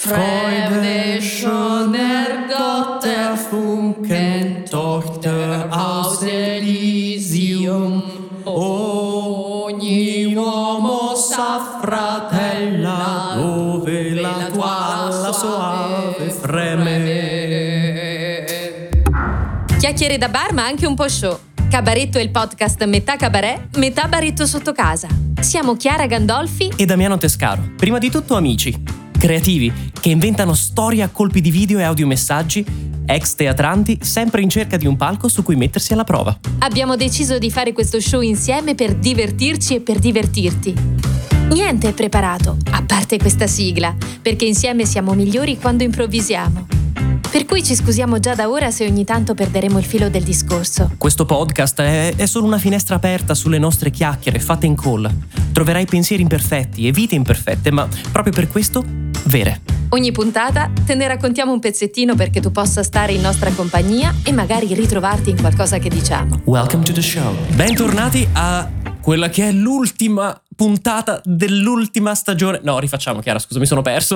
Freude schöner Gott erfunken, Tochter aus Elysium. Ogni uomo sa, fratella, dove la tua alla soave freme. Chiacchiere da bar, ma anche un po' show. Cabaretto è il podcast metà cabaret, metà baretto sotto casa. Siamo Chiara Gandolfi e Damiano Tescaro. Prima di tutto amici, creativi, che inventano storie a colpi di video e audiomessaggi, ex teatranti sempre in cerca di un palco su cui mettersi alla prova. Abbiamo deciso di fare questo show insieme per divertirci e per divertirti. Niente è preparato, a parte questa sigla, perché insieme siamo migliori quando improvvisiamo. Per cui ci scusiamo già da ora se ogni tanto perderemo il filo del discorso. Questo podcast è solo una finestra aperta sulle nostre chiacchiere fatte in call. Troverai pensieri imperfetti e vite imperfette, ma proprio per questo, vere. Ogni puntata te ne raccontiamo un pezzettino perché tu possa stare in nostra compagnia e magari ritrovarti in qualcosa che diciamo. Welcome to the show. Bentornati a quella che è l'ultima puntata dell'ultima stagione. No, rifacciamo, Chiara, scusa, mi sono perso.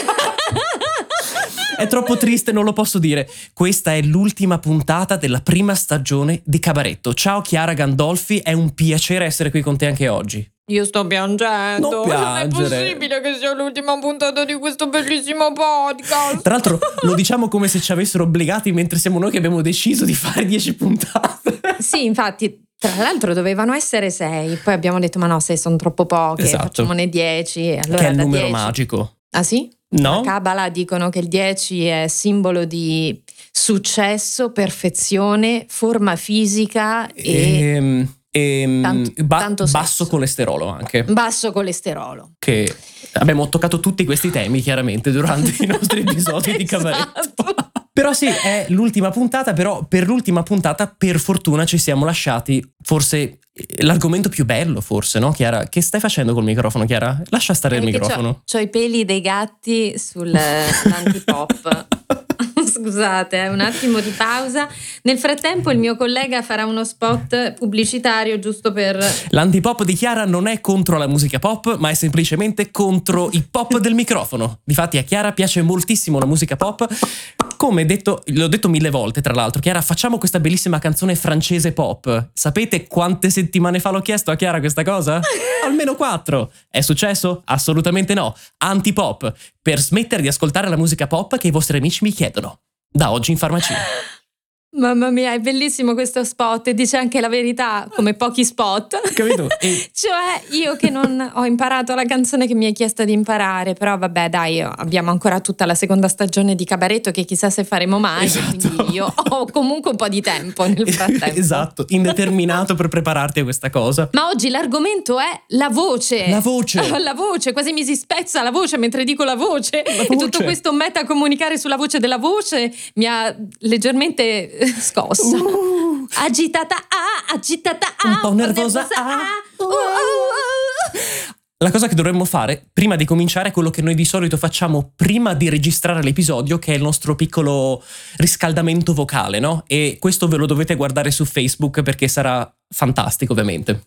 È troppo triste, non lo posso dire. Questa è l'ultima puntata della prima stagione di Cabaretto. Ciao Chiara Gandolfi, è un piacere essere qui con te anche oggi. Io sto piangendo. Non piangere. È possibile che sia l'ultima puntata di questo bellissimo podcast? Tra l'altro lo diciamo come se ci avessero obbligati, mentre siamo noi che abbiamo deciso di fare 10 puntate. Sì, infatti. Tra l'altro dovevano essere 6, poi abbiamo detto ma no, 6 sono troppo poche, esatto. Facciamone 10. Allora che è il da numero 10. magico. Ah sì? No? A Kabbalah dicono che il 10 è simbolo di successo, perfezione, forma fisica e tanto basso colesterolo anche. Basso colesterolo. Che abbiamo toccato tutti questi temi chiaramente durante i nostri episodi di Cabaretto. Esatto. Però sì, è l'ultima puntata, però per l'ultima puntata per fortuna ci siamo lasciati forse l'argomento più bello, forse, no Chiara? Che stai facendo col microfono, Chiara? Lascia stare il microfono. C'ho i peli dei gatti sull'antipop. Scusate, un attimo di pausa. Nel frattempo il mio collega farà uno spot pubblicitario giusto per... L'antipop di Chiara non è contro la musica pop, ma è semplicemente contro i pop del microfono. Difatti a Chiara piace moltissimo la musica pop. Come detto, l'ho detto 1000 volte tra l'altro, Chiara, facciamo questa bellissima canzone francese pop. Sapete quante settimane fa l'ho chiesto a Chiara questa cosa? Almeno 4. È successo? Assolutamente no. Antipop, per smettere di ascoltare la musica pop che i vostri amici mi chiedono. Da oggi in farmacia. Mamma mia, è bellissimo questo spot e dice anche la verità, come pochi spot. Capito? Cioè, io che non ho imparato la canzone che mi hai chiesto di imparare, però vabbè, dai, abbiamo ancora tutta la seconda stagione di Cabaretto che chissà se faremo mai, esatto. Quindi io ho comunque un po' di tempo nel frattempo. Esatto, indeterminato per prepararti a questa cosa. Ma oggi l'argomento è la voce. La voce. La voce, quasi mi si spezza la voce mentre dico la voce. E tutto questo metacomunicare sulla voce della voce mi ha leggermente scossa. Agitata un po' nervosa. La cosa che dovremmo fare prima di cominciare è quello che noi di solito facciamo prima di registrare l'episodio, che è il nostro piccolo riscaldamento vocale, no? E questo ve lo dovete guardare su Facebook perché sarà fantastico, ovviamente.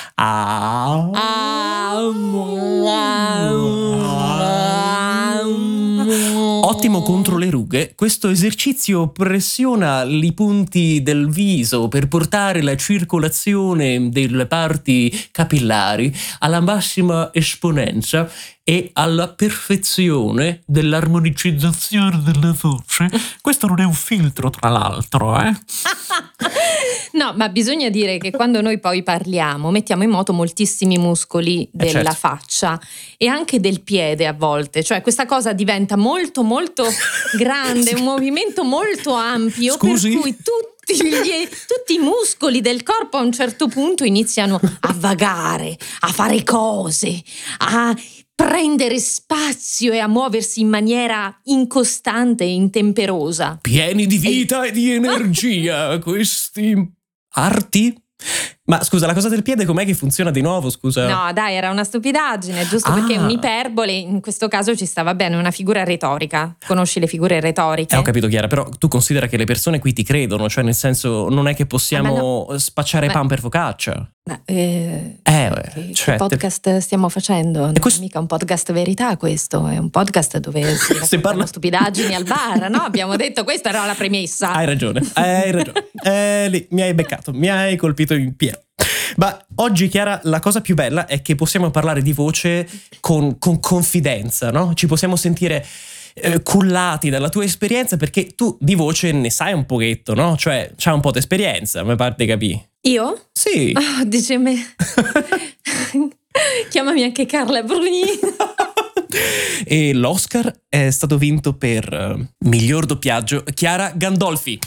Ottimo contro le rughe, questo esercizio pressiona i punti del viso per portare la circolazione delle parti capillari alla massima esponenza e alla perfezione dell'armonicizzazione della voce. Questo non è un filtro, tra l'altro, No, ma bisogna dire che quando noi poi parliamo mettiamo in moto moltissimi muscoli della faccia e anche del piede a volte, cioè questa cosa diventa molto molto grande, un movimento molto ampio. Scusi? Per cui tutti i muscoli del corpo a un certo punto iniziano a vagare, a fare cose, a prendere spazio e a muoversi in maniera incostante e intemperosa. Pieni di vita e di energia, questi arti. Ma scusa, la cosa del piede com'è che funziona di nuovo, scusa? No, dai, era una stupidaggine, giusto perché un'iperbole in questo caso ci stava bene, una figura retorica. Conosci le figure retoriche? Ho capito, Chiara, però tu considera che le persone qui ti credono, cioè nel senso non è che possiamo spacciare pan per focaccia. Che cioè, podcast stiamo facendo? Non questo- è mica un podcast verità questo, è un podcast dove si raccontano parla- stupidaggini al bar, no? Abbiamo detto, questa era la premessa. Hai ragione. Lì, mi hai beccato, mi hai colpito in pieno. Ma oggi, Chiara, la cosa più bella è che possiamo parlare di voce con confidenza, no? Ci possiamo sentire cullati dalla tua esperienza, perché tu di voce ne sai un pochetto, no? Cioè, c'hai un po' di esperienza, mi pare di capire. Io? Sì. Oh, dice me. Chiamami anche Carla Bruni. E l'Oscar è stato vinto per miglior doppiaggio Chiara Gandolfi.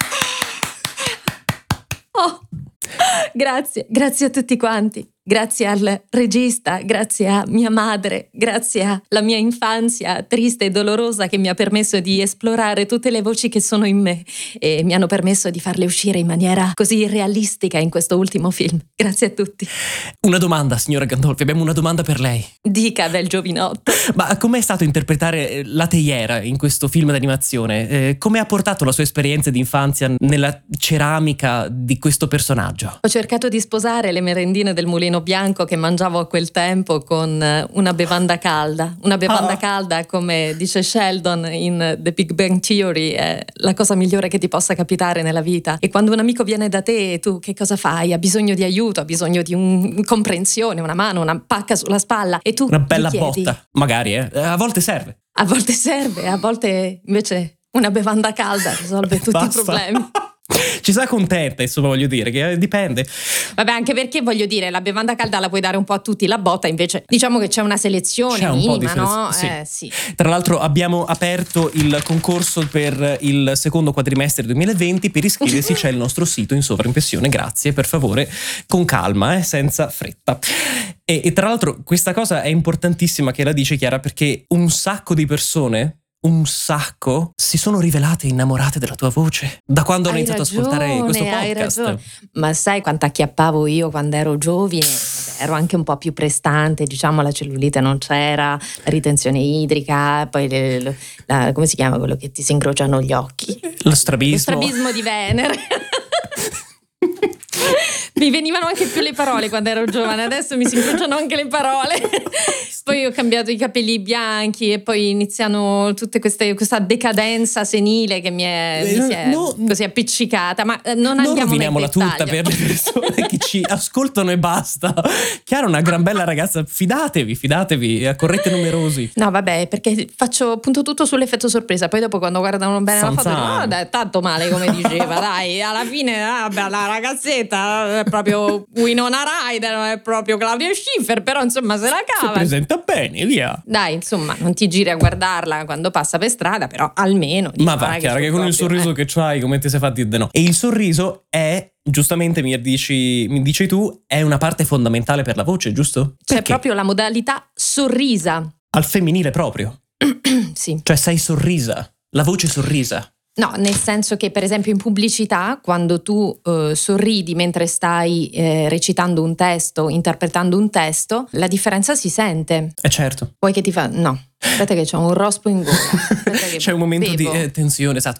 Oh, grazie a tutti quanti. Grazie al regista, grazie a mia madre, grazie alla mia infanzia triste e dolorosa che mi ha permesso di esplorare tutte le voci che sono in me e mi hanno permesso di farle uscire in maniera così realistica in questo ultimo film. Grazie a tutti. Una domanda, signora Gandolfi, abbiamo una domanda per lei. Dica, bel giovinotto. Ma com'è stato interpretare la teiera in questo film d'animazione? Come ha portato la sua esperienza di infanzia nella ceramica di questo personaggio? Ho cercato di sposare le merendine del mulino bianco che mangiavo a quel tempo con una bevanda calda. Una bevanda calda, come dice Sheldon in The Big Bang Theory, è la cosa migliore che ti possa capitare nella vita. E quando un amico viene da te, tu che cosa fai? Ha bisogno di aiuto, ha bisogno di comprensione, una mano, una pacca sulla spalla e tu una bella gli chiedi. botta, magari, a volte serve. A volte serve, a volte invece una bevanda calda risolve tutti Basta. i problemi. Ci sa contenta, insomma, voglio dire, che dipende. Vabbè, anche perché voglio dire, la bevanda calda la puoi dare un po' a tutti, la botta invece diciamo che c'è una selezione C'è un po' di minima, no? sì. Sì. Tra l'altro abbiamo aperto il concorso per il secondo quadrimestre 2020. Per iscriversi c'è il nostro sito in sovraimpressione, grazie, per favore, con calma, senza fretta. E tra l'altro questa cosa è importantissima che la dice Chiara, perché un sacco di persone si sono rivelate innamorate della tua voce da quando hanno iniziato ad ascoltare questo Hai podcast. ragione. Ma sai quanto acchiappavo io quando ero giovine? Ero anche un po' più prestante, diciamo, la cellulite non c'era, la ritenzione idrica, poi come si chiama quello che ti si incrociano gli occhi? Lo strabismo. Lo strabismo di Venere. Mi venivano anche più le parole quando ero giovane, adesso mi si incrociano anche le parole. Poi ho cambiato i capelli bianchi e poi iniziano tutte questa decadenza senile che mi si è così appiccicata. Ma non andiamo roviniamola nel dettaglio. tutta per le persone che ci ascoltano e basta. Chiara è una gran bella ragazza, fidatevi, accorrete numerosi. No, vabbè, perché punto tutto sull'effetto sorpresa. Poi dopo quando guardano bene la foto dicono, no, dai, tanto male come diceva, dai, alla fine la ragazzetta è proprio Winona Ryder, è proprio Claudia Schiffer, però insomma se la cava. Si presenta bene, via. Dai, insomma, non ti giri a guardarla quando passa per strada, però almeno. Ma va, Chiara, che con il sorriso che c'hai, come ti sei fatti dire no? E il sorriso è, giustamente mi dici tu, è una parte fondamentale per la voce, giusto? C'è Perché? proprio la modalità sorrisa. Al femminile proprio. Sì. Cioè sei sorrisa, la voce sorrisa. No, nel senso che per esempio in pubblicità, quando tu sorridi mentre stai recitando un testo, interpretando un testo, la differenza si sente. Certo. Poi che ti fa? No, aspetta che c'ho un rospo in gola. C'è un momento bevo. di tensione, esatto.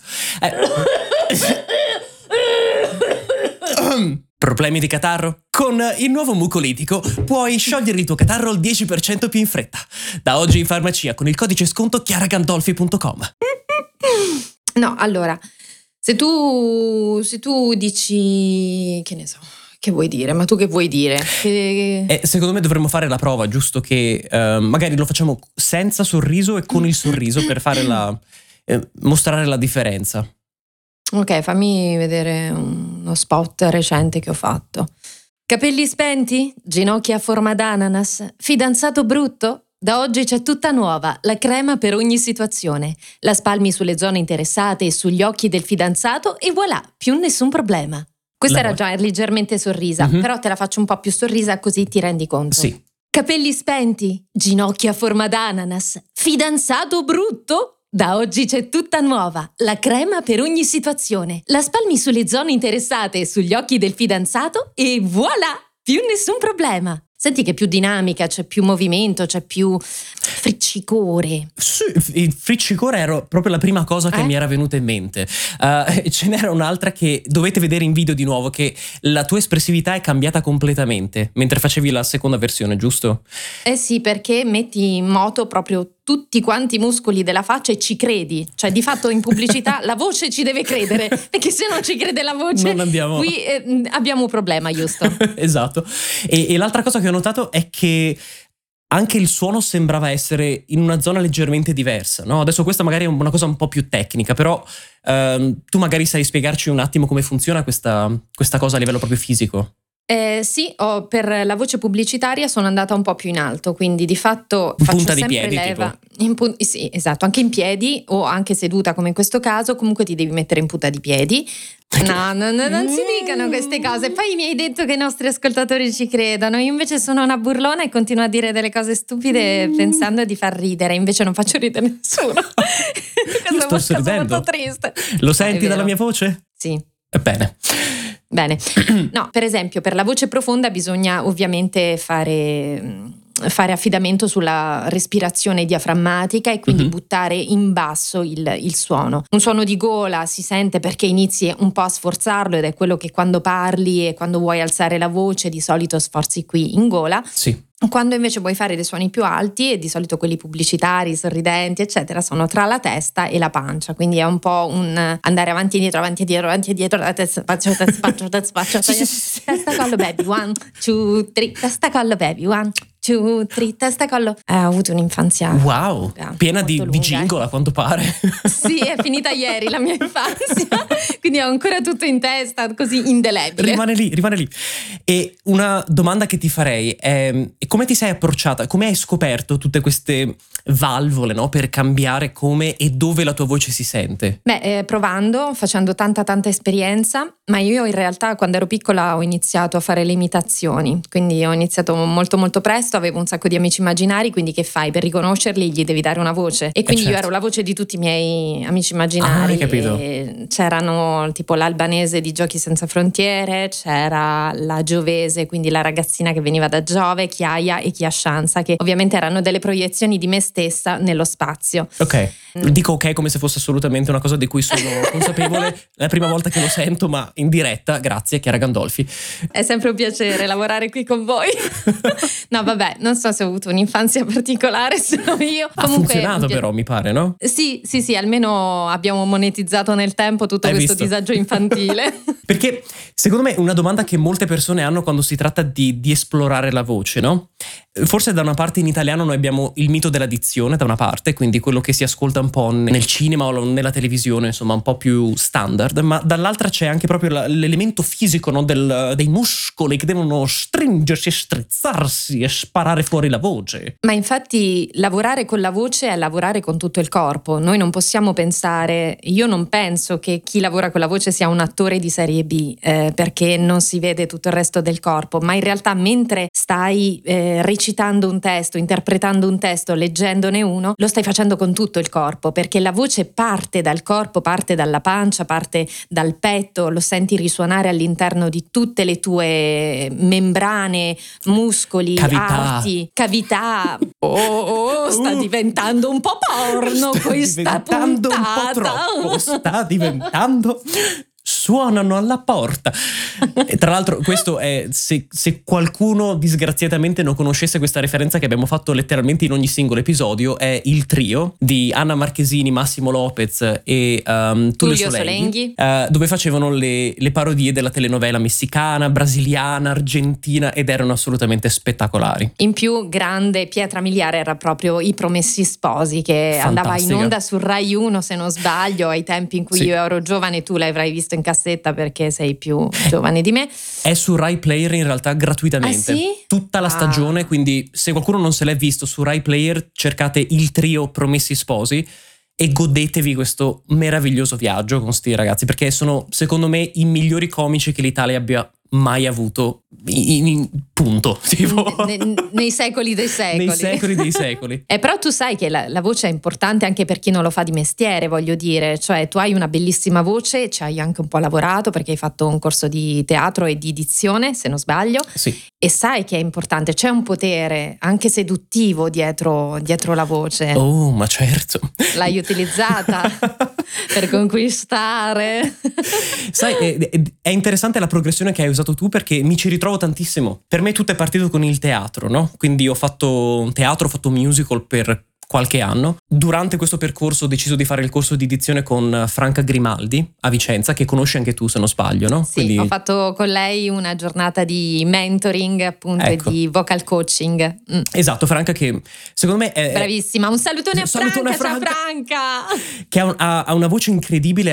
Problemi di catarro? Con il nuovo mucolitico puoi sciogliere il tuo catarro al 10% più in fretta. Da oggi in farmacia con il codice sconto chiaragandolfi.com. No, allora, se tu dici, che ne so, che vuoi dire? Ma tu che vuoi dire? Secondo me dovremmo fare la prova, giusto che magari lo facciamo senza sorriso e con il sorriso per fare mostrare la differenza. Ok, fammi vedere uno spot recente che ho fatto. Capelli spenti? Ginocchia a forma d'ananas? Fidanzato brutto? Da oggi c'è tutta nuova, la crema per ogni situazione. La spalmi sulle zone interessate e sugli occhi del fidanzato e voilà, più nessun problema. Questa era già leggermente sorrisa, però te la faccio un po' più sorrisa così ti rendi conto. Sì. Capelli spenti? Ginocchia a forma d'ananas? Fidanzato brutto? Da oggi c'è tutta nuova, la crema per ogni situazione. La spalmi sulle zone interessate e sugli occhi del fidanzato e voilà, più nessun problema. Senti che è più dinamica, c'è più movimento, c'è più friczione. friccicore. Sì, il friccicore era proprio la prima cosa che mi era venuta in mente. Ce n'era un'altra che dovete vedere in video di nuovo, che la tua espressività è cambiata completamente mentre facevi la seconda versione, giusto? Eh sì, perché metti in moto proprio tutti quanti i muscoli della faccia e ci credi. Cioè, di fatto in pubblicità la voce ci deve credere, perché se non ci crede la voce, non andiamo. Qui abbiamo un problema, Houston. Esatto. E l'altra cosa che ho notato è che anche il suono sembrava essere in una zona leggermente diversa, no? Adesso questa magari è una cosa un po' più tecnica, però tu magari sai spiegarci un attimo come funziona questa cosa a livello proprio fisico? Sì, per la voce pubblicitaria sono andata un po' più in alto, quindi di fatto faccio punta di sempre piedi, leva. Sì, esatto, anche in piedi o anche seduta come in questo caso, comunque ti devi mettere in punta di piedi. No, non si dicano queste cose. Poi mi hai detto che i nostri ascoltatori ci credono. Io invece sono una burlona e continuo a dire delle cose stupide pensando di far ridere. Invece non faccio ridere nessuno. Sto sorridendo. Molto triste. Lo senti dalla mia voce? Sì. Bene. No, per esempio, per la voce profonda bisogna ovviamente fare affidamento sulla respirazione diaframmatica e quindi buttare in basso il suono. Un suono di gola si sente perché inizi un po' a sforzarlo, ed è quello che quando parli e quando vuoi alzare la voce di solito sforzi qui in gola. Sì. Quando invece vuoi fare dei suoni più alti, e di solito quelli pubblicitari, sorridenti, eccetera, sono tra la testa e la pancia, quindi è un po' un andare avanti e dietro, testa collo baby, 1, 2, 3, testa collo baby, 1, 2, 3, testa collo. Ho avuto un'infanzia piena di jingle a quanto pare. Sì, è finita ieri la mia infanzia, quindi ho ancora tutto in testa, così indelebile. Rimane lì. E una domanda che ti farei è: come ti sei approcciata? Come hai scoperto tutte queste valvole, no, per cambiare come e dove la tua voce si sente? Provando, facendo tanta esperienza, ma io in realtà quando ero piccola ho iniziato a fare le imitazioni, quindi ho iniziato molto presto, avevo un sacco di amici immaginari, quindi che fai? Per riconoscerli gli devi dare una voce, e quindi io ero la voce di tutti i miei amici immaginari. Hai capito. E c'erano tipo l'albanese di Giochi Senza Frontiere, c'era la giovese, quindi la ragazzina che veniva da Giove, Chiaia e Chiascianza, che ovviamente erano delle proiezioni di me stessa nello spazio. Ok, dico ok come se fosse assolutamente una cosa di cui sono consapevole. È la prima volta che lo sento, ma in diretta. Grazie Chiara Gandolfi. È sempre un piacere lavorare qui con voi. No vabbè, non so se ho avuto un'infanzia particolare, sono io. Ha funzionato però, mi pare, no? Sì, almeno abbiamo monetizzato nel tempo tutto questo disagio infantile. Perché secondo me una domanda che molte persone hanno quando si tratta di esplorare la voce, no? Forse da una parte in italiano noi abbiamo il mito della dizione, da una parte, quindi quello che si ascolta un po' nel cinema o nella televisione, insomma un po' più standard, ma dall'altra c'è anche proprio l'elemento fisico, no? Dei muscoli che devono stringersi e strizzarsi e sparare fuori la voce. Ma infatti lavorare con la voce è lavorare con tutto il corpo. Noi non possiamo pensare, io non penso che chi lavora con la voce sia un attore di serie B, perché non si vede tutto il resto del corpo, ma in realtà mentre stai recitando un testo, interpretando un testo, leggendone uno, lo stai facendo con tutto il corpo, perché la voce parte dal corpo, parte dalla pancia, parte dal petto, lo senti risuonare all'interno di tutte le tue membrane, muscoli, arti, cavità. Sta diventando un po' porno questa puntata. Sta diventando. Suonano alla porta. E tra l'altro questo è, se qualcuno disgraziatamente non conoscesse questa referenza che abbiamo fatto letteralmente in ogni singolo episodio, è il trio di Anna Marchesini, Massimo Lopez e Tullio Solenghi, dove facevano le parodie della telenovela messicana, brasiliana, argentina, ed erano assolutamente spettacolari. In più grande pietra miliare era proprio I Promessi Sposi, che andava in onda su Rai 1 se non sbaglio, ai tempi in cui io ero giovane. Tu l'avrai visto in cassetta perché sei più giovane di me. È su Rai Player in realtà gratuitamente. Sì? Tutta la stagione, quindi se qualcuno non se l'è visto su Rai Player, cercate il trio Promessi Sposi e godetevi questo meraviglioso viaggio con sti ragazzi, perché sono secondo me i migliori comici che l'Italia abbia mai avuto punto. Tipo. Nei secoli dei secoli. Nei secoli dei secoli. Però tu sai che la voce è importante anche per chi non lo fa di mestiere, voglio dire. Cioè tu hai una bellissima voce, ci hai anche un po' lavorato perché hai fatto un corso di teatro e di dizione, se non sbaglio. Sì. E sai che è importante, c'è un potere anche seduttivo dietro la voce. Oh, ma certo. L'hai utilizzata per conquistare. Sai, è interessante la progressione che hai usato tu, perché mi ci ritrovo tantissimo. Per me tutto è partito con il teatro, no? Quindi ho fatto teatro, ho fatto musical per qualche anno. Durante questo percorso ho deciso di fare il corso di dizione con Franca Grimaldi a Vicenza, che conosci anche tu se non sbaglio, no? Sì, quindi ho fatto con lei una giornata di mentoring, appunto, ecco, e di vocal coaching. Esatto, Franca, che secondo me è bravissima. Un salutone a Franca. Ciao Franca! Che ha una voce incredibile,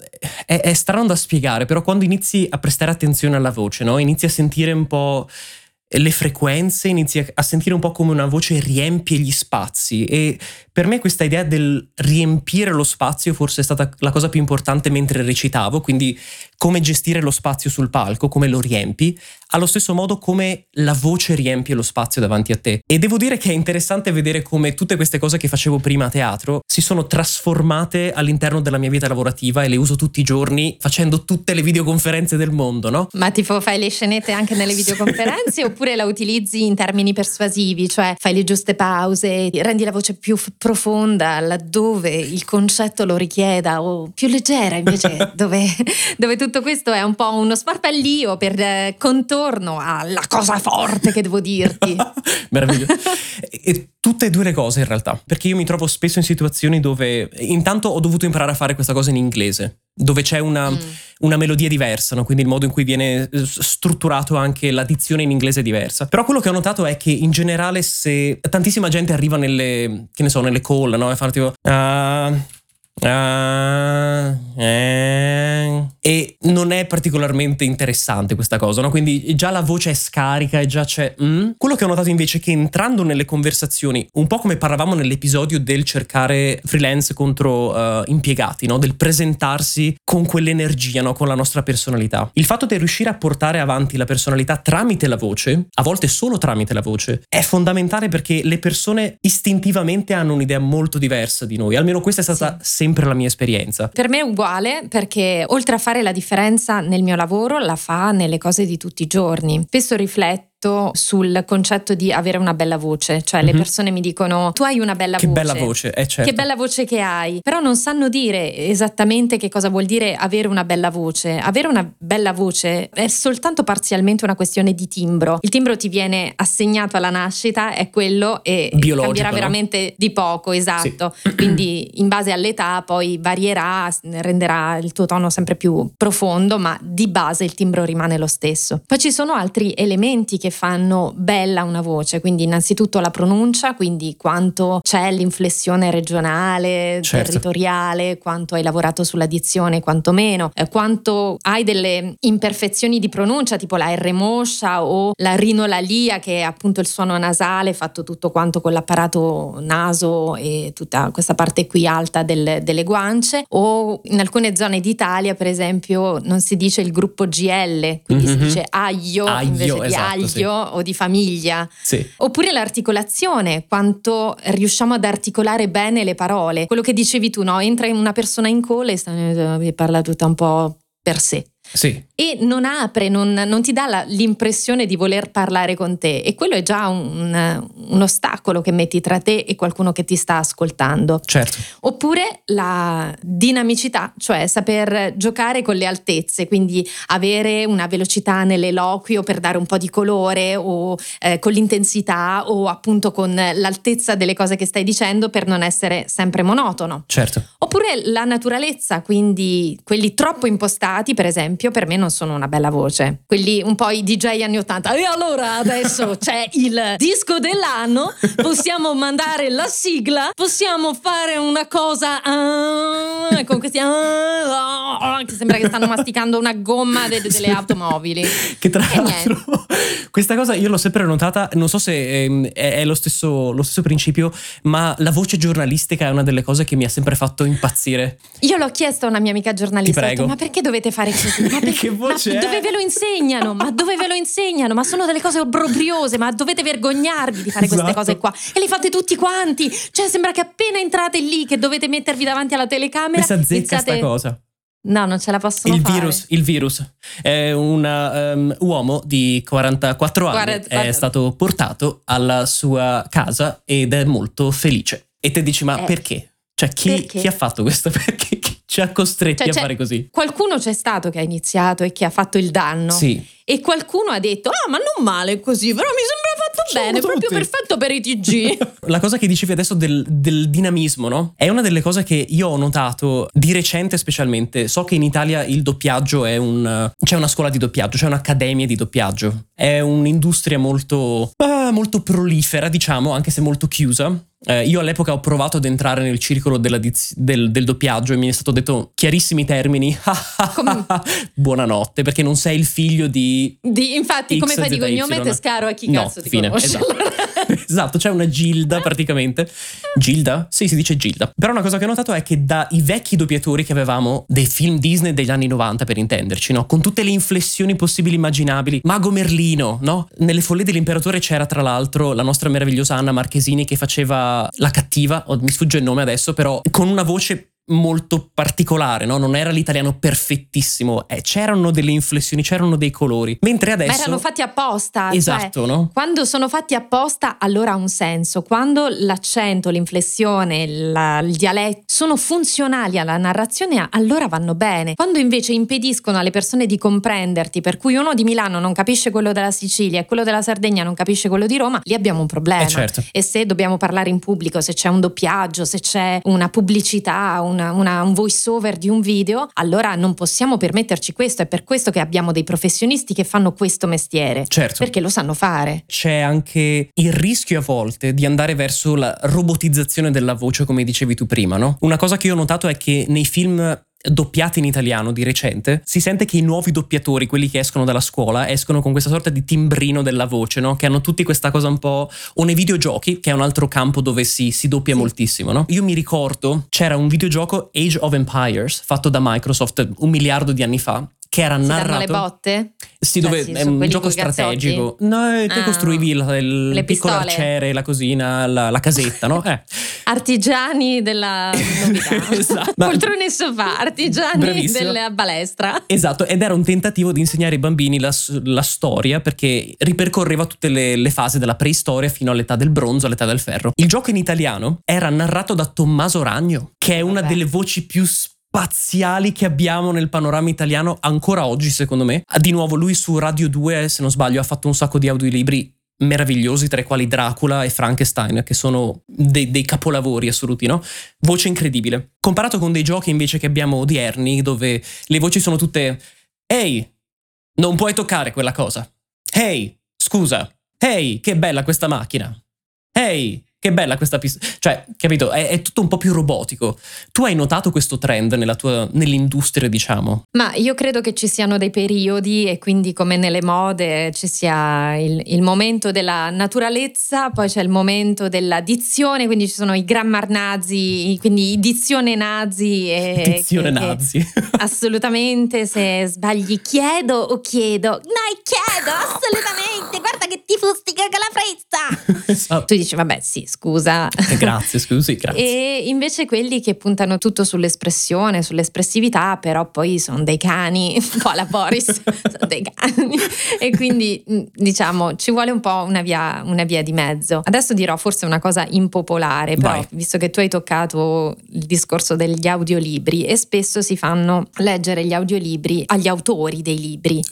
è strano da spiegare, però quando inizi a prestare attenzione alla voce, no? Inizi a sentire un po' le frequenze, inizi a sentire un po' come una voce riempie gli spazi, e per me questa idea del riempire lo spazio forse è stata la cosa più importante mentre recitavo, quindi come gestire lo spazio sul palco, come lo riempi, allo stesso modo come la voce riempie lo spazio davanti a te. E devo dire che è interessante vedere come tutte queste cose che facevo prima a teatro si sono trasformate all'interno della mia vita lavorativa, e le uso tutti i giorni facendo tutte le videoconferenze del mondo, no? Ma tipo fai le scenette anche nelle videoconferenze oppure la utilizzi in termini persuasivi, cioè fai le giuste pause, rendi la voce più profonda laddove il concetto lo richieda, o più leggera invece dove tutto questo è un po' uno sparpaglio per contorno alla cosa forte che devo dirti. Meraviglioso. E tutte e due le cose in realtà, perché io mi trovo spesso in situazioni dove intanto ho dovuto imparare a fare questa cosa in inglese, dove c'è una melodia diversa, no? Quindi il modo in cui viene strutturato anche la dizione in inglese è diversa. Però quello che ho notato è che in generale, se tantissima gente arriva nelle, che ne so, nelle call, no? E fanno tipo e non è particolarmente interessante questa cosa, no? Quindi già la voce è scarica e già c'è Quello che ho notato invece è che entrando nelle conversazioni, un po' come parlavamo nell'episodio del cercare freelance contro impiegati, no? Del presentarsi con quell'energia, no? Con la nostra personalità, il fatto di riuscire a portare avanti la personalità tramite la voce, a volte solo tramite la voce, è fondamentale, perché le persone istintivamente hanno un'idea molto diversa di noi. Almeno questa è stata sempre la mia esperienza. Per me è uguale, perché oltre a fare la differenza nel mio lavoro, la fa nelle cose di tutti i giorni. Spesso rifletto sul concetto di avere una bella voce, cioè le persone mi dicono: tu hai una bella voce. Che bella voce, certo. Che bella voce che hai, però non sanno dire esattamente che cosa vuol dire avere una bella voce. Avere una bella voce è soltanto parzialmente una questione di timbro. Il timbro ti viene assegnato alla nascita, è quello, e biologico, cambierà, no? Veramente di poco, esatto. Sì. Quindi in base all'età poi varierà, renderà il tuo tono sempre più profondo, ma di base il timbro rimane lo stesso. Poi ci sono altri elementi che fanno bella una voce, quindi innanzitutto la pronuncia, quindi quanto c'è l'inflessione regionale, certo, territoriale, quanto hai lavorato sulla dizione, quanto meno, quanto hai delle imperfezioni di pronuncia, tipo la R moscia o la rinolalia, che è appunto il suono nasale fatto tutto quanto con l'apparato naso e tutta questa parte qui alta delle guance, o in alcune zone d'Italia per esempio non si dice il gruppo GL, quindi si dice aglio invece di esatto, aglio, sì, o di famiglia. Sì. Oppure l'articolazione, quanto riusciamo ad articolare bene le parole. Quello che dicevi tu, no? Entra in una persona in call e parla tutta un po' per sé. Sì. E non apre, non ti dà l'impressione di voler parlare con te, e quello è già un ostacolo che metti tra te e qualcuno che ti sta ascoltando. Certo. Oppure la dinamicità, cioè saper giocare con le altezze, quindi avere una velocità nell'eloquio per dare un po' di colore, o con l'intensità, o appunto con l'altezza delle cose che stai dicendo, per non essere sempre monotono. Certo. Oppure la naturalezza, quindi quelli troppo impostati, per esempio, per me non sono una bella voce. Quelli un po' i DJ anni 80. E allora adesso c'è il disco dell'anno, possiamo mandare la sigla, possiamo fare una cosa con questi che sembra che stanno masticando una gomma delle automobili. Che tra l'altro questa cosa io l'ho sempre notata, non so se è lo stesso principio, ma la voce giornalistica è una delle cose che mi ha sempre fatto impazzire. Io l'ho chiesto a una mia amica giornalista, Ti prego. ma perché dovete fare così? Che voce è? Dove ve lo insegnano? Ma dove ve lo insegnano? Ma sono delle cose obbrobriose, ma dovete vergognarvi di fare queste Esatto. cose qua. E le fate tutti quanti. Cioè sembra che appena entrate lì, che dovete mettervi davanti alla telecamera, Questa zecca iniziate... sta cosa. No, non ce la possono fare. Il virus. È un uomo di 44 anni. 44. È stato portato alla sua casa ed è molto felice. E te dici, ma perché? Cioè, chi ha fatto questo? Perché chi ci ha costretti a fare così? Qualcuno c'è stato che ha iniziato e che ha fatto il danno. Sì. E qualcuno ha detto, ma non male così, però mi sembra fatto bene, tutti. proprio perfetto per i TG. La cosa che dicevi adesso del dinamismo, no? È una delle cose che io ho notato di recente specialmente. So che in Italia il doppiaggio c'è una scuola di doppiaggio, c'è un'accademia di doppiaggio. È un'industria molto prolifera, diciamo, anche se molto chiusa. Io all'epoca ho provato ad entrare nel circolo del doppiaggio e mi è stato detto chiarissimi termini. Buonanotte, perché non sei il figlio di infatti, come fai di cognome te scaro a chi cazzo ti conosce. Esatto. Esatto, c'è una Gilda praticamente. Gilda? Sì, si dice Gilda. Però una cosa che ho notato è che dai vecchi doppiatori che avevamo dei film Disney degli anni 90, per intenderci, no? Con tutte le inflessioni possibili e immaginabili. Mago Merlino, no? Nelle Follie dell'Imperatore c'era tra l'altro la nostra meravigliosa Anna Marchesini che faceva la cattiva, mi sfugge il nome adesso, però con una voce molto particolare, no? Non era l'italiano perfettissimo, c'erano delle inflessioni, c'erano dei colori, mentre adesso... Ma erano fatti apposta. Esatto, cioè, no? Quando sono fatti apposta allora ha un senso, quando l'accento, l'inflessione, il dialetto sono funzionali alla narrazione allora vanno bene. Quando invece impediscono alle persone di comprenderti, per cui uno di Milano non capisce quello della Sicilia e quello della Sardegna non capisce quello di Roma, lì abbiamo un problema. Certo. E se dobbiamo parlare in pubblico, se c'è un doppiaggio, se c'è una pubblicità, un voice over di un video, allora non possiamo permetterci questo. È per questo che abbiamo dei professionisti che fanno questo mestiere. Certo. Perché lo sanno fare. C'è anche il rischio a volte di andare verso la robotizzazione della voce, come dicevi tu prima, no? Una cosa che io ho notato è che nei film doppiati in italiano di recente si sente che i nuovi doppiatori, quelli che escono dalla scuola, escono con questa sorta di timbrino della voce, no? Che hanno tutti questa cosa un po', o nei videogiochi, che è un altro campo dove si doppia moltissimo, no? Io mi ricordo c'era un videogioco Age of Empires fatto da Microsoft 1 miliardo di anni fa, che era narrato. Si danno le botte? Sì, dove è un gioco strategico. No, te costruivi il piccolo arciere, la cosina, la casetta, no? Artigiani della novità. Esatto. Poltrone e sofà, artigiani Bravissimo. della balestra. Esatto, ed era un tentativo di insegnare ai bambini la storia, perché ripercorreva tutte le fasi della preistoria fino all'età del bronzo, all'età del ferro. Il gioco in italiano era narrato da Tommaso Ragno, che è una delle voci più spaziali che abbiamo nel panorama italiano ancora oggi, secondo me. Di nuovo lui su Radio 2, se non sbaglio, ha fatto un sacco di audiolibri meravigliosi, tra i quali Dracula e Frankenstein, che sono dei capolavori assoluti, no? Voce incredibile. Comparato con dei giochi invece che abbiamo odierni, dove le voci sono tutte ehi, non puoi toccare quella cosa. Ehi, scusa. Ehi, che bella questa macchina. Ehi, che bella questa pista. Cioè, capito? È tutto un po' più robotico. Tu hai notato questo trend nell'industria, diciamo? Ma io credo che ci siano dei periodi e quindi come nelle mode ci sia il momento della naturalezza, poi c'è il momento della dizione, quindi ci sono i grammar nazi, quindi dizione nazi. Dizione nazi. Assolutamente, se sbagli chiedo o chiedo. No, chiedo, assolutamente, guarda che ti fustiga con la frezza. Esatto. Tu dici, vabbè sì, scusa. Grazie, scusi, grazie. E invece quelli che puntano tutto sull'espressione, sull'espressività, però poi sono dei cani, un po' alla Boris, sono dei cani. E quindi diciamo ci vuole un po' una via di mezzo. Adesso dirò forse una cosa impopolare, però Vai. visto che tu hai toccato il discorso degli audiolibri e spesso si fanno leggere gli audiolibri agli autori dei libri.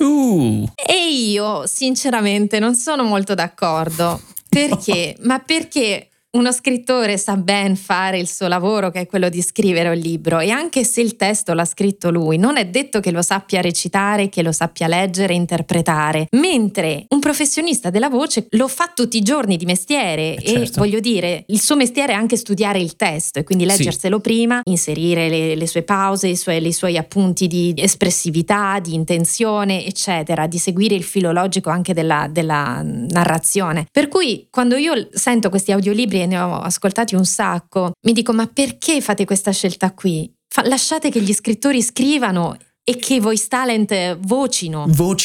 E io sinceramente non sono molto d'accordo. Perché? Ma perché uno scrittore sa ben fare il suo lavoro, che è quello di scrivere un libro, e anche se il testo l'ha scritto lui, non è detto che lo sappia recitare, che lo sappia leggere e interpretare, mentre un professionista della voce lo fa tutti i giorni di mestiere. Certo. E voglio dire, il suo mestiere è anche studiare il testo e quindi leggerselo prima, inserire le sue pause, i suoi appunti di espressività, di intenzione, eccetera, di seguire il filo logico anche della narrazione. Per cui quando io sento questi audiolibri, e ne ho ascoltati un sacco, mi dico: ma perché fate questa scelta qui? Lasciate che gli scrittori scrivano e che i voice talent vocino.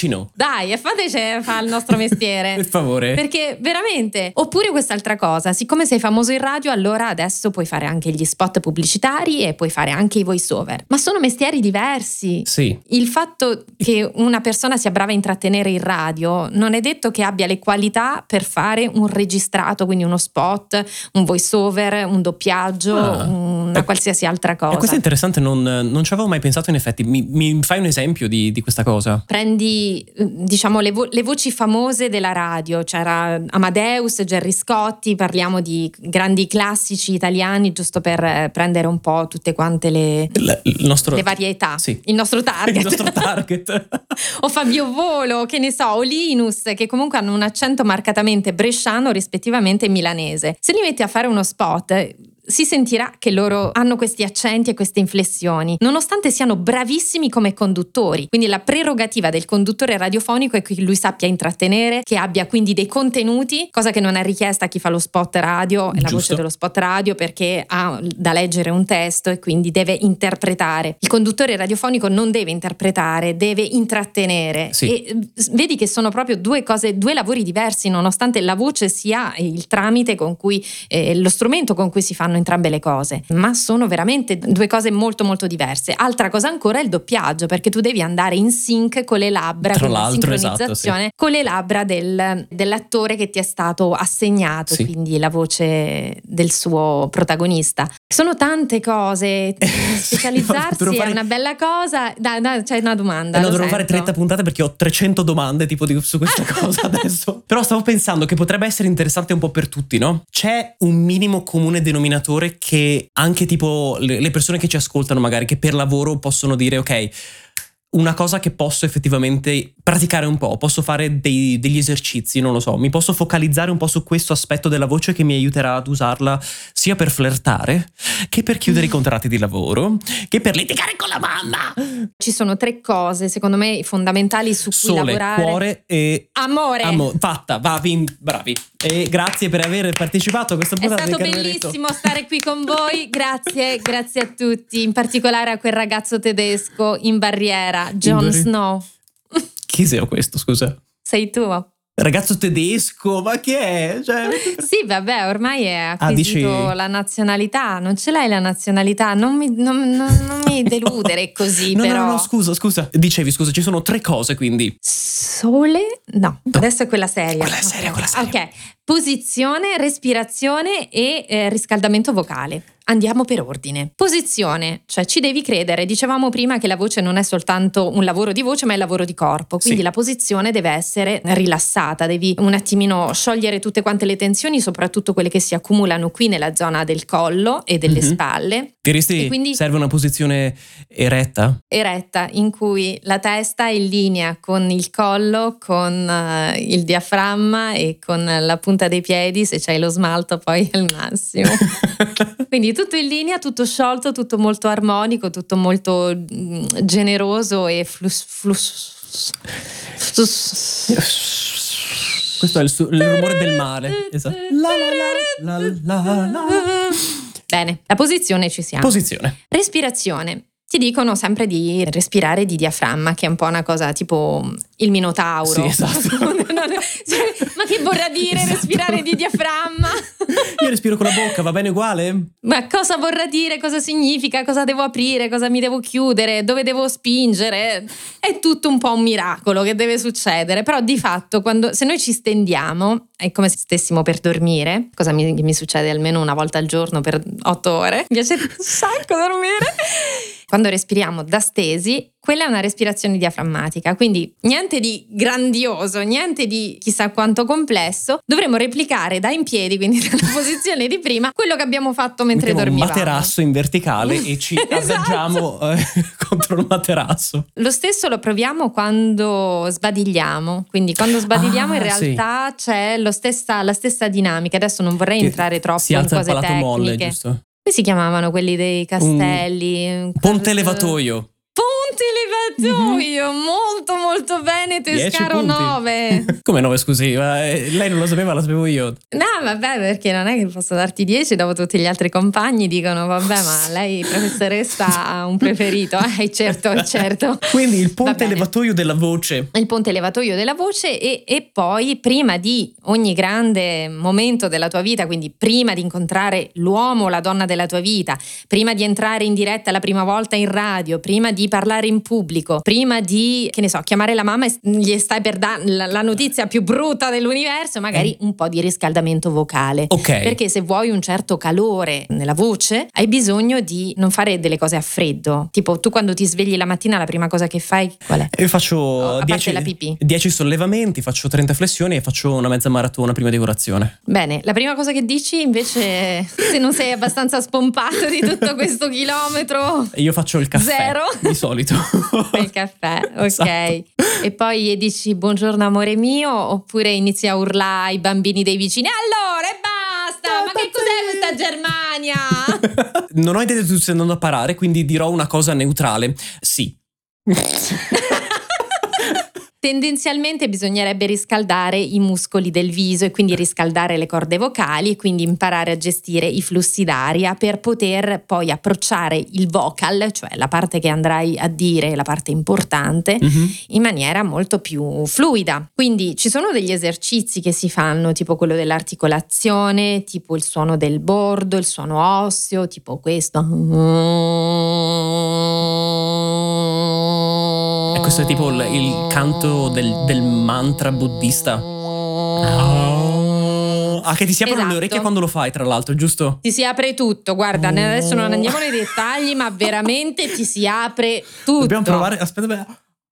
Dai, fateci fare il nostro mestiere. Per favore. Perché veramente. Oppure quest'altra cosa, siccome sei famoso in radio, allora adesso puoi fare anche gli spot pubblicitari e puoi fare anche i voice over. Ma sono mestieri diversi. Sì. Il fatto che una persona sia brava a intrattenere in radio non è detto che abbia le qualità per fare un registrato, quindi uno spot, un voice over, un doppiaggio, una qualsiasi altra cosa. Questo è interessante, non ci avevo mai pensato in effetti. Mi fai un esempio di questa cosa? Prendi, diciamo, le voci famose della radio. C'era Amadeus, Gerry Scotti, parliamo di grandi classici italiani, giusto per prendere un po' tutte quante le varietà. Sì. Il nostro target. Il nostro target. O Fabio Volo, che ne so, o Linus, che comunque hanno un accento marcatamente bresciano rispettivamente milanese. Se li metti a fare uno spot, si sentirà che loro hanno questi accenti e queste inflessioni, nonostante siano bravissimi come conduttori. Quindi la prerogativa del conduttore radiofonico è che lui sappia intrattenere, che abbia quindi dei contenuti, cosa che non è richiesta a chi fa lo spot radio, la voce dello spot radio, perché ha da leggere un testo e quindi deve interpretare. Il conduttore radiofonico non deve interpretare, deve intrattenere. Sì. E vedi che sono proprio due lavori diversi, nonostante la voce sia il tramite con cui lo strumento con cui si fanno entrambe le cose, ma sono veramente due cose molto molto diverse. Altra cosa ancora è il doppiaggio, perché tu devi andare in sync con le labbra, tra con la l'altro, sincronizzazione, esatto, sì, con le labbra dell'attore che ti è stato assegnato, sì, quindi la voce del suo protagonista. Sono tante cose, specializzarsi è una bella cosa. C'è una domanda. No, dovrò fare 30 puntate perché ho 300 domande tipo su questa cosa adesso. Però stavo pensando che potrebbe essere interessante un po' per tutti, no? C'è un minimo comune denominatore che anche tipo le persone che ci ascoltano magari, che per lavoro possono dire ok, una cosa che posso effettivamente praticare un po', posso fare degli esercizi, non lo so, mi posso focalizzare un po' su questo aspetto della voce che mi aiuterà ad usarla sia per flirtare, che per chiudere i contratti di lavoro, che per litigare con la mamma. Ci sono 3 cose secondo me fondamentali su cui lavorare. Sole, cuore e amore. Fatta, bravi. E grazie per aver partecipato a questa puntata. È stato bellissimo stare qui con voi, grazie a tutti, in particolare a quel ragazzo tedesco in barriera, Jon Snow. Chi sei questo, scusa? Sei tu. Ragazzo tedesco, ma che è? Cioè... Sì, vabbè, ormai è acquisito la nazionalità. Non ce l'hai la nazionalità? Non mi deludere così, no, però. No, scusa. Dicevi, ci sono 3 cose, quindi. Sole? No, adesso è quella seria. Quella seria. Ok, posizione, respirazione e riscaldamento vocale. Andiamo per ordine. Posizione, cioè ci devi credere. Dicevamo prima che la voce non è soltanto un lavoro di voce, ma è un lavoro di corpo. Quindi la posizione deve essere rilassata, devi un attimino sciogliere tutte quante le tensioni, soprattutto quelle che si accumulano qui nella zona del collo e delle spalle. Diresti quindi serve una posizione eretta? Eretta, in cui la testa è in linea con il collo, con il diaframma e con la punta dei piedi, se c'hai lo smalto poi è il massimo. Quindi tutto in linea, tutto sciolto, tutto molto armonico, tutto molto generoso e Questo è il rumore del mare. Esatto. La. Bene, la posizione ci siamo. Posizione. Respirazione. Ti dicono sempre di respirare di diaframma, che è un po' una cosa tipo il minotauro. Sì, esatto. Ma che vorrà dire respirare di diaframma? Io respiro con la bocca, va bene uguale? Ma cosa vorrà dire? Cosa significa? Cosa devo aprire? Cosa mi devo chiudere? Dove devo spingere? È tutto un po' un miracolo che deve succedere. Però di fatto, se noi ci stendiamo, è come se stessimo per dormire. Cosa mi succede almeno una volta al giorno per 8 ore. Mi piace un sacco dormire. Quando respiriamo da stesi, quella è una respirazione diaframmatica, quindi niente di grandioso, niente di chissà quanto complesso. Dovremmo replicare da in piedi, quindi dalla posizione di prima, quello che abbiamo fatto mentre dormivamo. Un materasso in verticale e ci adagiamo contro il materasso. Lo stesso lo proviamo quando sbadigliamo, quindi quando sbadigliamo in realtà c'è la stessa dinamica. Adesso non vorrei entrare troppo in cose tecniche. Molle, giusto? Come si chiamavano quelli dei castelli? Ponte levatoio. Ponte Io molto molto bene, te 10 scaro punti. 9. Come 9, scusi? Lei non lo sapeva, la sapevo io. No, vabbè, perché non è che posso darti 10 dopo tutti gli altri compagni dicono vabbè, ma lei professoressa ha un preferito. Certo. Quindi il Va ponte bene. levatoio della voce. Il ponte levatoio della voce e poi prima di ogni grande momento della tua vita, quindi prima di incontrare l'uomo o la donna della tua vita, prima di entrare in diretta la prima volta in radio, prima di parlare in pubblico, prima di, che ne so, chiamare la mamma e gli stai per dare la notizia più brutta dell'universo, magari un po' di riscaldamento vocale. Ok. Perché se vuoi un certo calore nella voce, hai bisogno di non fare delle cose a freddo. Tipo, tu quando ti svegli la mattina la prima cosa che fai qual è? Io faccio A parte la pipì. 10 sollevamenti, faccio 30 flessioni e faccio una mezza maratona prima di colazione. Bene, la prima cosa che dici invece, se non sei abbastanza spompato di tutto questo chilometro, Io faccio il caffè. 0. Di solito. Il caffè, ok. Esatto. E poi dici buongiorno amore mio, oppure inizi a urlare ai bambini dei vicini, allora e basta, ma che cos'è questa Germania? Non ho idea di tutto andando a parare, quindi dirò una cosa neutrale. Sì. Tendenzialmente bisognerebbe riscaldare i muscoli del viso e quindi riscaldare le corde vocali e quindi imparare a gestire i flussi d'aria per poter poi approcciare il vocal, cioè la parte che andrai a dire, la parte importante, in maniera molto più fluida. Quindi ci sono degli esercizi che si fanno, tipo quello dell'articolazione, tipo il suono del bordo, il suono osseo, tipo questo. E questo è tipo il canto del mantra buddista. Ah, che ti si aprono Esatto. le orecchie quando lo fai, tra l'altro, giusto? Ti si apre tutto, guarda, adesso non andiamo nei dettagli, ma veramente ti si apre tutto. Dobbiamo provare. Aspetta.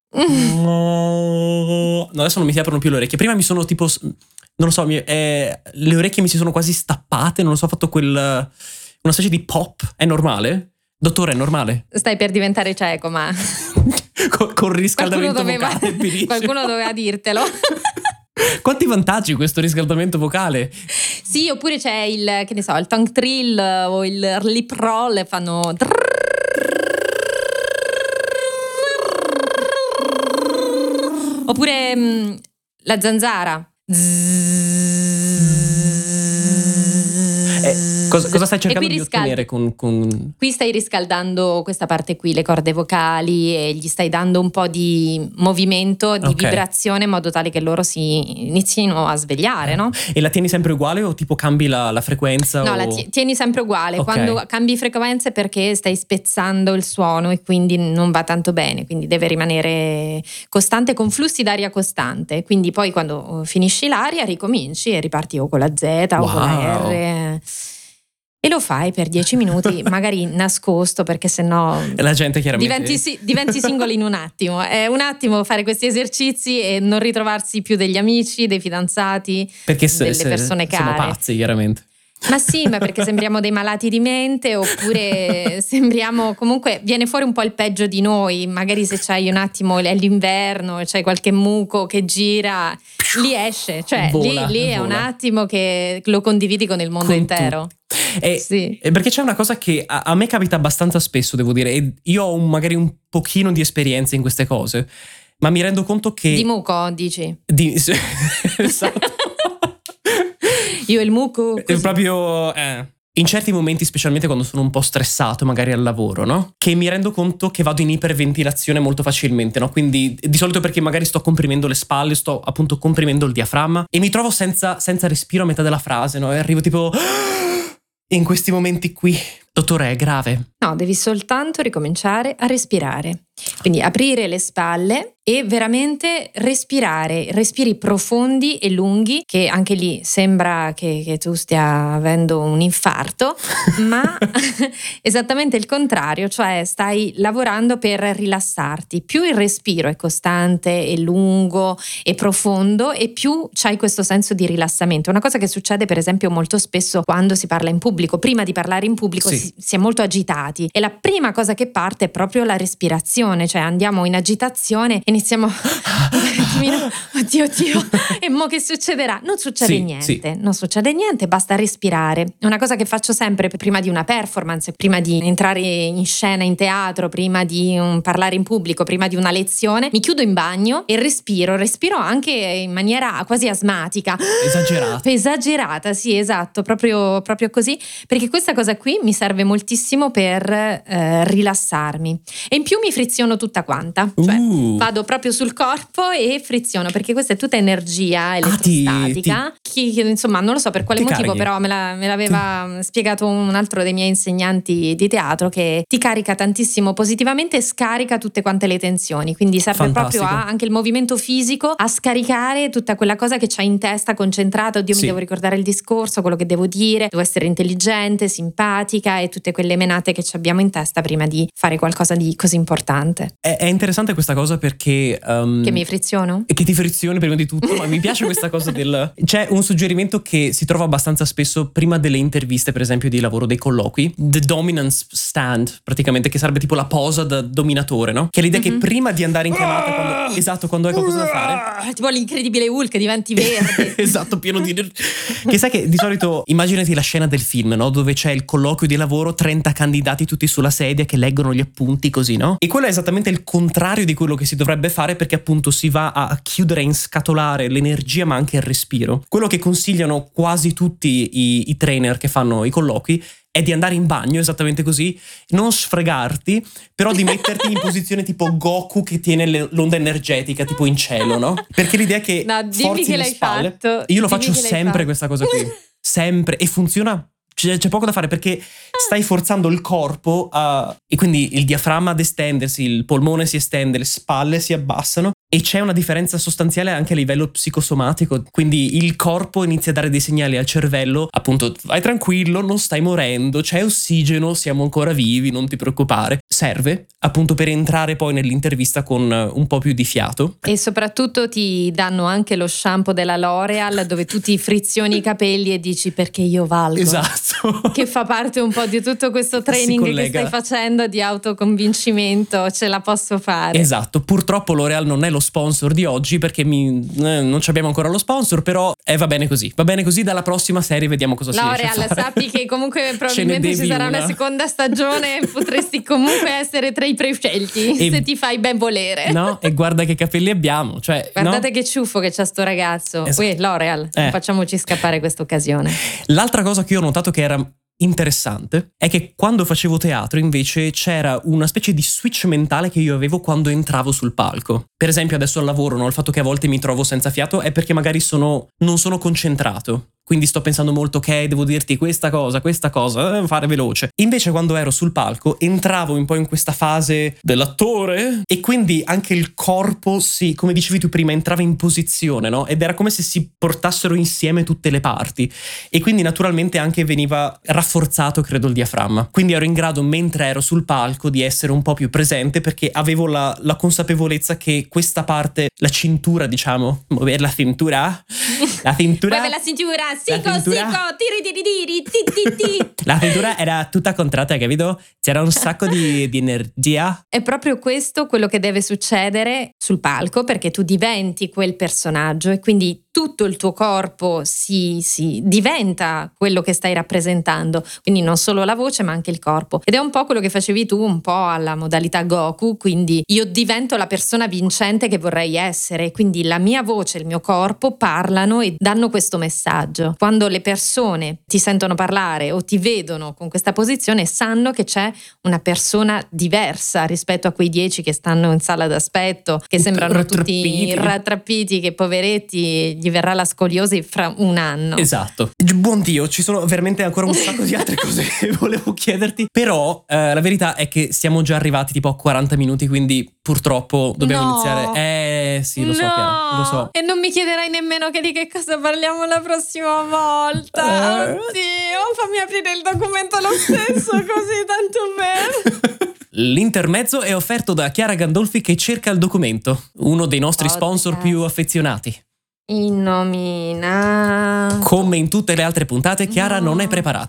No, adesso non mi si aprono più le orecchie. Prima mi sono tipo, non lo so, le orecchie mi si sono quasi stappate. Non lo so, ho fatto una specie di pop. È normale? Dottore, è normale? Stai per diventare cieco, ma Con riscaldamento vocale. qualcuno doveva dirtelo. Quanti vantaggi questo riscaldamento vocale? Sì, oppure c'è il, che ne so, il tongue trill o il lip roll e fanno oppure la zanzara. Cosa stai cercando qui di ottenere con... Qui stai riscaldando questa parte qui, le corde vocali, e gli stai dando un po' di movimento, di vibrazione, in modo tale che loro si inizino a svegliare, no? E la tieni sempre uguale o tipo cambi la frequenza? No, o... la tieni sempre uguale. Ok. Quando cambi frequenze perché stai spezzando il suono e quindi non va tanto bene, quindi deve rimanere costante, con flussi d'aria costante. Quindi poi quando finisci l'aria ricominci e riparti o con la Z o con la R. E lo fai per 10 minuti, magari nascosto, perché sennò la gente chiaramente diventi singolo in un attimo. È un attimo fare questi esercizi e non ritrovarsi più degli amici, dei fidanzati, perché delle persone care. Siamo pazzi, chiaramente. Ma sì, ma perché sembriamo dei malati di mente, oppure sembriamo, comunque viene fuori un po' il peggio di noi. Magari se c'hai un attimo, è l'inverno e c'hai qualche muco che gira, lì esce, cioè Vola, lì è un attimo che lo condividi con il mondo Con intero. Sì. Perché c'è una cosa che a me capita abbastanza spesso, devo dire, e io ho magari un pochino di esperienza in queste cose, ma mi rendo conto che... Di muco, dici? Esatto. Io e il muco così. Proprio in certi momenti, specialmente quando sono un po' stressato magari al lavoro, no? Che mi rendo conto che vado in iperventilazione molto facilmente, no? Quindi di solito perché magari sto comprimendo le spalle, sto appunto comprimendo il diaframma e mi trovo senza respiro a metà della frase, no? E arrivo tipo... In questi momenti qui, dottore, è grave? No, devi soltanto ricominciare a respirare. Quindi aprire le spalle e veramente respirare, respiri profondi e lunghi, che anche lì sembra che tu stia avendo un infarto, ma esattamente il contrario, cioè stai lavorando per rilassarti. Più il respiro è costante e lungo e profondo e più c'hai questo senso di rilassamento. Una cosa che succede per esempio molto spesso quando si parla in pubblico. Prima di parlare in pubblico sì. si è molto agitati e la prima cosa che parte è proprio la respirazione, cioè andiamo in agitazione e iniziamo oddio, e mo che succederà? Non succede niente, non succede niente, basta respirare. È una cosa che faccio sempre prima di una performance, prima di entrare in scena in teatro, prima di parlare in pubblico, prima di una lezione, mi chiudo in bagno e respiro anche in maniera quasi asmatica, esagerata, sì, esatto, proprio così, perché questa cosa qui mi serve moltissimo per rilassarmi, e in più mi friziono tutta quanta, cioè vado proprio sul corpo e friziono, perché questa è tutta energia elettrostatica che insomma non lo so per quale motivo, però me l'aveva spiegato un altro dei miei insegnanti di teatro, che ti carica tantissimo positivamente e scarica tutte quante le tensioni, quindi serve proprio anche il movimento fisico a scaricare tutta quella cosa che c'hai in testa concentrata. Oddio, mi devo ricordare il discorso, quello che devo dire, devo essere intelligente, simpatica, e tutte quelle menate che ci abbiamo in testa prima di fare qualcosa di così importante. È interessante questa cosa perché che mi friziono? E che ti frizioni prima di tutto, ma mi piace questa cosa c'è un suggerimento che si trova abbastanza spesso prima delle interviste, per esempio di lavoro, dei colloqui, the dominance stand, praticamente, che sarebbe tipo la posa da dominatore, no? Che è l'idea che prima di andare in chiamata, quando hai qualcosa da fare, tipo l'incredibile Hulk, diventi verde. esatto, pieno di che sai che di solito immaginati la scena del film, no? Dove c'è il colloquio di lavoro, 30 candidati tutti sulla sedia che leggono gli appunti così, no? E quello è esattamente il contrario di quello che si dovrebbe fare, perché appunto si va a chiudere, a inscatolare l'energia ma anche il respiro. Quello che consigliano quasi tutti i trainer che fanno i colloqui è di andare in bagno, esattamente così, non sfregarti, però di metterti in posizione tipo Goku che tiene l'onda energetica tipo in cielo, no? Perché l'idea è che forzi che le l'hai spalle. fatto. Io lo faccio sempre questa cosa qui, sempre, e funziona. C'è poco da fare perché stai forzando il corpo e quindi il diaframma ad estendersi, il polmone si estende, le spalle si abbassano, e c'è una differenza sostanziale anche a livello psicosomatico, quindi il corpo inizia a dare dei segnali al cervello, appunto, vai tranquillo, non stai morendo, c'è ossigeno, siamo ancora vivi, non ti preoccupare. Serve appunto per entrare poi nell'intervista con un po' più di fiato. E soprattutto ti danno anche lo shampoo della L'Oreal dove tu ti frizioni i capelli e dici perché io valgo. Esatto. Che fa parte un po' di tutto questo training che stai facendo di autoconvincimento, ce la posso fare. Esatto, purtroppo L'Oreal non è lo sponsor di oggi perché non abbiamo ancora lo sponsor, però va bene così, dalla prossima serie vediamo cosa si riesce a fare. L'Oreal, sappi che comunque probabilmente ci sarà una seconda stagione, potresti comunque essere tra i prescelti se ti fai ben volere. No, e guarda che capelli abbiamo, guardate che ciuffo che c'ha sto ragazzo. Esatto. L'Oreal, facciamoci scappare questa occasione. L'altra cosa che io ho notato che era interessante è che quando facevo teatro invece c'era una specie di switch mentale che io avevo quando entravo sul palco. Per esempio adesso al lavoro, no? Il fatto che a volte mi trovo senza fiato è perché magari non sono concentrato. Quindi sto pensando molto, ok, devo dirti questa cosa, fare veloce. Invece quando ero sul palco entravo un po' in questa fase dell'attore e quindi anche il corpo come dicevi tu prima, entrava in posizione, no? Ed era come se si portassero insieme tutte le parti e quindi naturalmente anche veniva rafforzato, credo, il diaframma. Quindi ero in grado, mentre ero sul palco, di essere un po' più presente perché avevo la consapevolezza che questa parte, la cintura, diciamo, muovere la cintura. Muove la cintura. Sico, tiri, ti. La cintura era tutta contratta, capito? C'era un sacco di energia. È proprio questo quello che deve succedere sul palco, perché tu diventi quel personaggio e quindi tutto il tuo corpo si diventa quello che stai rappresentando, quindi non solo la voce ma anche il corpo, ed è un po' quello che facevi tu un po' alla modalità Goku, quindi io divento la persona vincente che vorrei essere, quindi la mia voce e il mio corpo parlano e danno questo messaggio. Quando le persone ti sentono parlare o ti vedono con questa posizione sanno che c'è una persona diversa rispetto a quei 10 che stanno in sala d'aspetto, che sembrano tutti rattrappiti, che poveretti gli verrà la scoliosi fra un anno. Esatto. Buon Dio, ci sono veramente ancora un sacco di altre cose che volevo chiederti, però la verità è che siamo già arrivati tipo a 40 minuti, quindi purtroppo dobbiamo iniziare. Sì, lo so, Chiara, lo so. E non mi chiederai nemmeno di che cosa parliamo la prossima volta. Oddio, fammi aprire il documento lo stesso, così tanto bene. L'intermezzo è offerto da Chiara Gandolfi che cerca il documento, uno dei nostri sponsor più affezionati. Innominato. Come in tutte le altre puntate, Chiara non è preparata.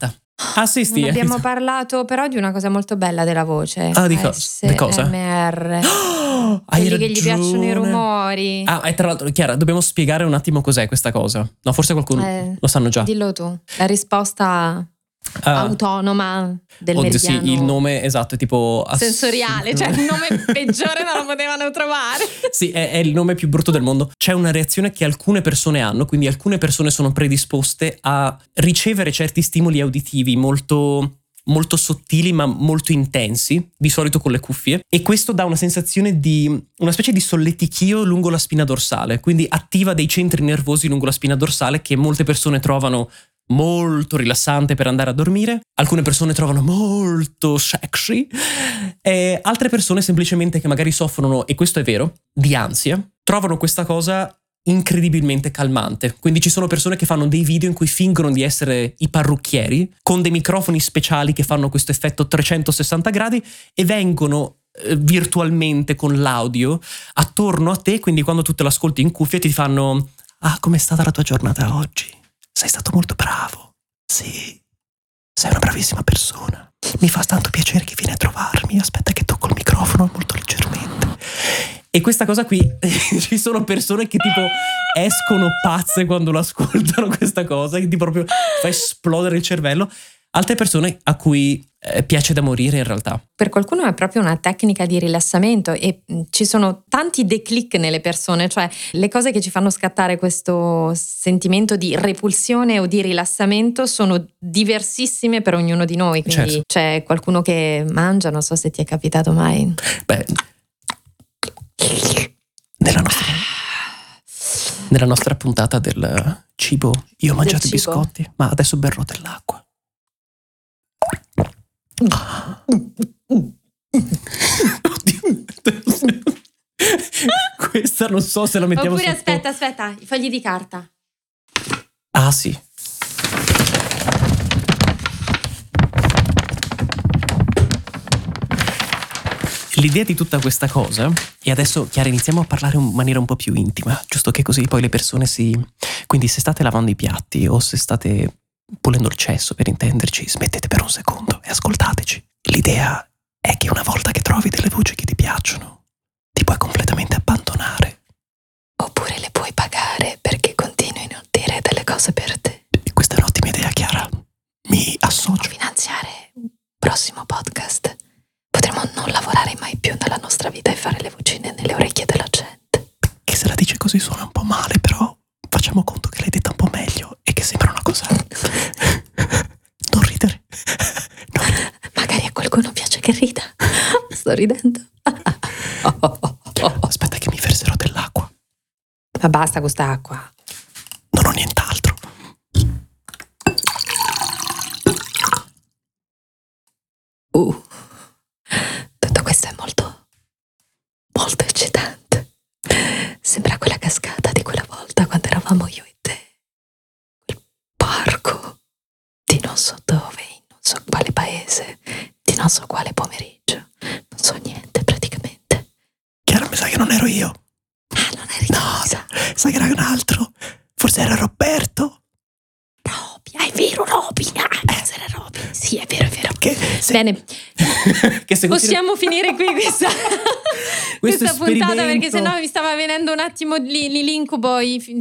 Assisti. Non abbiamo parlato però di una cosa molto bella della voce. Di cosa? ASMR. Hai Quelli che gli piacciono i ragione. rumori. E tra l'altro, Chiara, dobbiamo spiegare un attimo cos'è questa cosa. No, forse qualcuno lo sanno già. Dillo tu. La risposta autonoma del meridiano. Sì, il nome esatto è tipo sensoriale, cioè il nome peggiore non lo potevano trovare. Sì, è il nome più brutto del mondo. C'è una reazione che alcune persone hanno, quindi alcune persone sono predisposte a ricevere certi stimoli auditivi molto molto sottili ma molto intensi, di solito con le cuffie, e questo dà una sensazione di una specie di solletichio lungo la spina dorsale, quindi attiva dei centri nervosi lungo la spina dorsale che molte persone trovano molto rilassante per andare a dormire, alcune persone trovano molto sexy, e altre persone semplicemente che magari soffrono, e questo è vero, di ansia, trovano questa cosa incredibilmente calmante. Quindi ci sono persone che fanno dei video in cui fingono di essere i parrucchieri con dei microfoni speciali che fanno questo effetto 360 gradi e vengono virtualmente con l'audio attorno a te, quindi quando tu te l'ascolti in cuffia ti fanno: ah, com'è stata la tua giornata oggi? Sei stato molto bravo. Sì, sei una bravissima persona. Mi fa tanto piacere che vieni a trovarmi. Aspetta che tocco il microfono molto leggermente. E questa cosa qui, ci sono persone che tipo escono pazze quando lo ascoltano questa cosa, che ti proprio fa esplodere il cervello. Altre persone a cui piace da morire in realtà. Per qualcuno è proprio una tecnica di rilassamento e ci sono tanti declic nelle persone, cioè le cose che ci fanno scattare questo sentimento di repulsione o di rilassamento sono diversissime per ognuno di noi, quindi certo. C'è qualcuno che mangia, non so se ti è capitato mai. Beh, nella nostra puntata del cibo io ho mangiato i biscotti, ma adesso berrò dell'acqua. Oddio. Questa non so se la mettiamo oppure sotto. aspetta, i fogli di carta. Ah sì. L'idea di tutta questa cosa, e adesso Chiara iniziamo a parlare in maniera un po' più intima, giusto che così poi le persone quindi se state lavando i piatti o se state pulendo il cesso, per intenderci, smettete per un secondo e ascoltateci. L'idea è che una volta che trovi delle voci che ti piacciono, ti puoi completamente abbandonare. Oppure le puoi pagare perché continuino a dire delle cose per te. E questa è un'ottima idea, Chiara. Mi associo. Finanziare un prossimo podcast. Potremmo non lavorare mai più nella nostra vita e fare le vocine nelle orecchie della gente. Che se la dice così suona un po' male, però facciamo conto che l'hai detta un po' meglio e che sembra una cosa... Non ridere. Magari a qualcuno piace che rida. Sto ridendo. Aspetta che mi verserò dell'acqua. Ma basta quest'acqua. Non ho nient'altro. Tutto questo è molto, molto eccitante. Sembra quella cascata di quella volta quando eravamo io e te. Quel parco di non so dove, in non so quale paese, di non so quale pomeriggio. Non so niente praticamente. Chiara, mi sa che non ero io. Ah, non eri tu, mi sa. Sa che era un altro. Forse era Roberto. Roby, è vero, Roby. Era Roby. Sì, è vero, è vero. Bene, Che se possiamo finire qui questa puntata esperimento. perché sennò mi stava venendo un attimo l'incubo,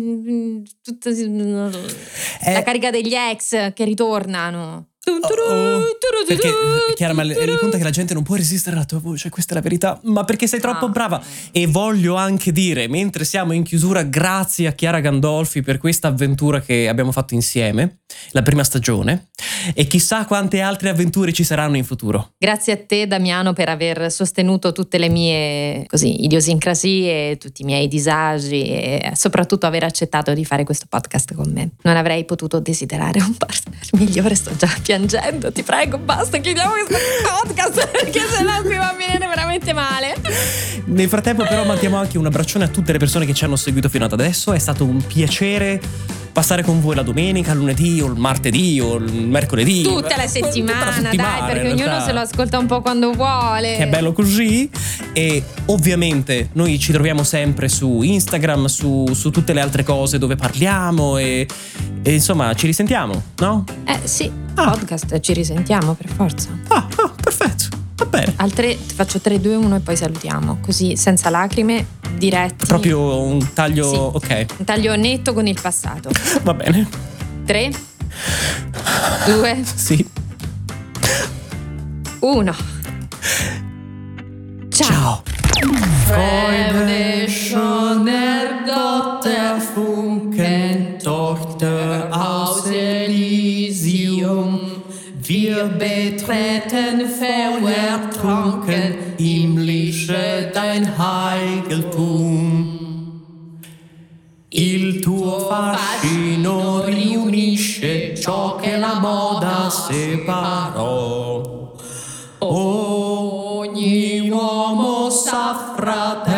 la carica degli ex che ritornano. Perché Chiara, ma il punto è che la gente non può resistere alla tua voce, questa è la verità, ma perché sei troppo brava. E voglio anche dire, mentre siamo in chiusura, grazie a Chiara Gandolfi per questa avventura che abbiamo fatto insieme, la prima stagione, e chissà quante altre avventure ci saranno in futuro. Grazie a te, Damiano, per aver sostenuto tutte le mie idiosincrasie, tutti i miei disagi e soprattutto aver accettato di fare questo podcast con me. Non avrei potuto desiderare un partner migliore, sto già piangendo, ti prego, basta, chiudiamo questo podcast perché sennò qui va a venire veramente male. Nel frattempo però mandiamo anche un abbraccione a tutte le persone che ci hanno seguito fino ad adesso, è stato un piacere passare con voi la domenica, il lunedì o il martedì o il mercoledì. Tutta la settimana, dai, perché ognuno se lo ascolta un po' quando vuole. Che è bello così. E ovviamente noi ci troviamo sempre su Instagram, su tutte le altre cose dove parliamo e insomma ci risentiamo, no? Sì, podcast, ci risentiamo per forza. Perfetto, va bene. Al 3 ti faccio 3, 2, 1 e poi salutiamo, così senza lacrime, diretti. Proprio un taglio, sì, ok. Un taglio netto con il passato. Va bene. 3, 2, Sì. 1. Ciao. Freude schon Gott erfunken, Tochter aus Elysium. Wir betreten verertrunken himmlische dein Heiligtum. Il tuo fascino riunisce ciò che la moda separò. Ogni uomo sa, fratello,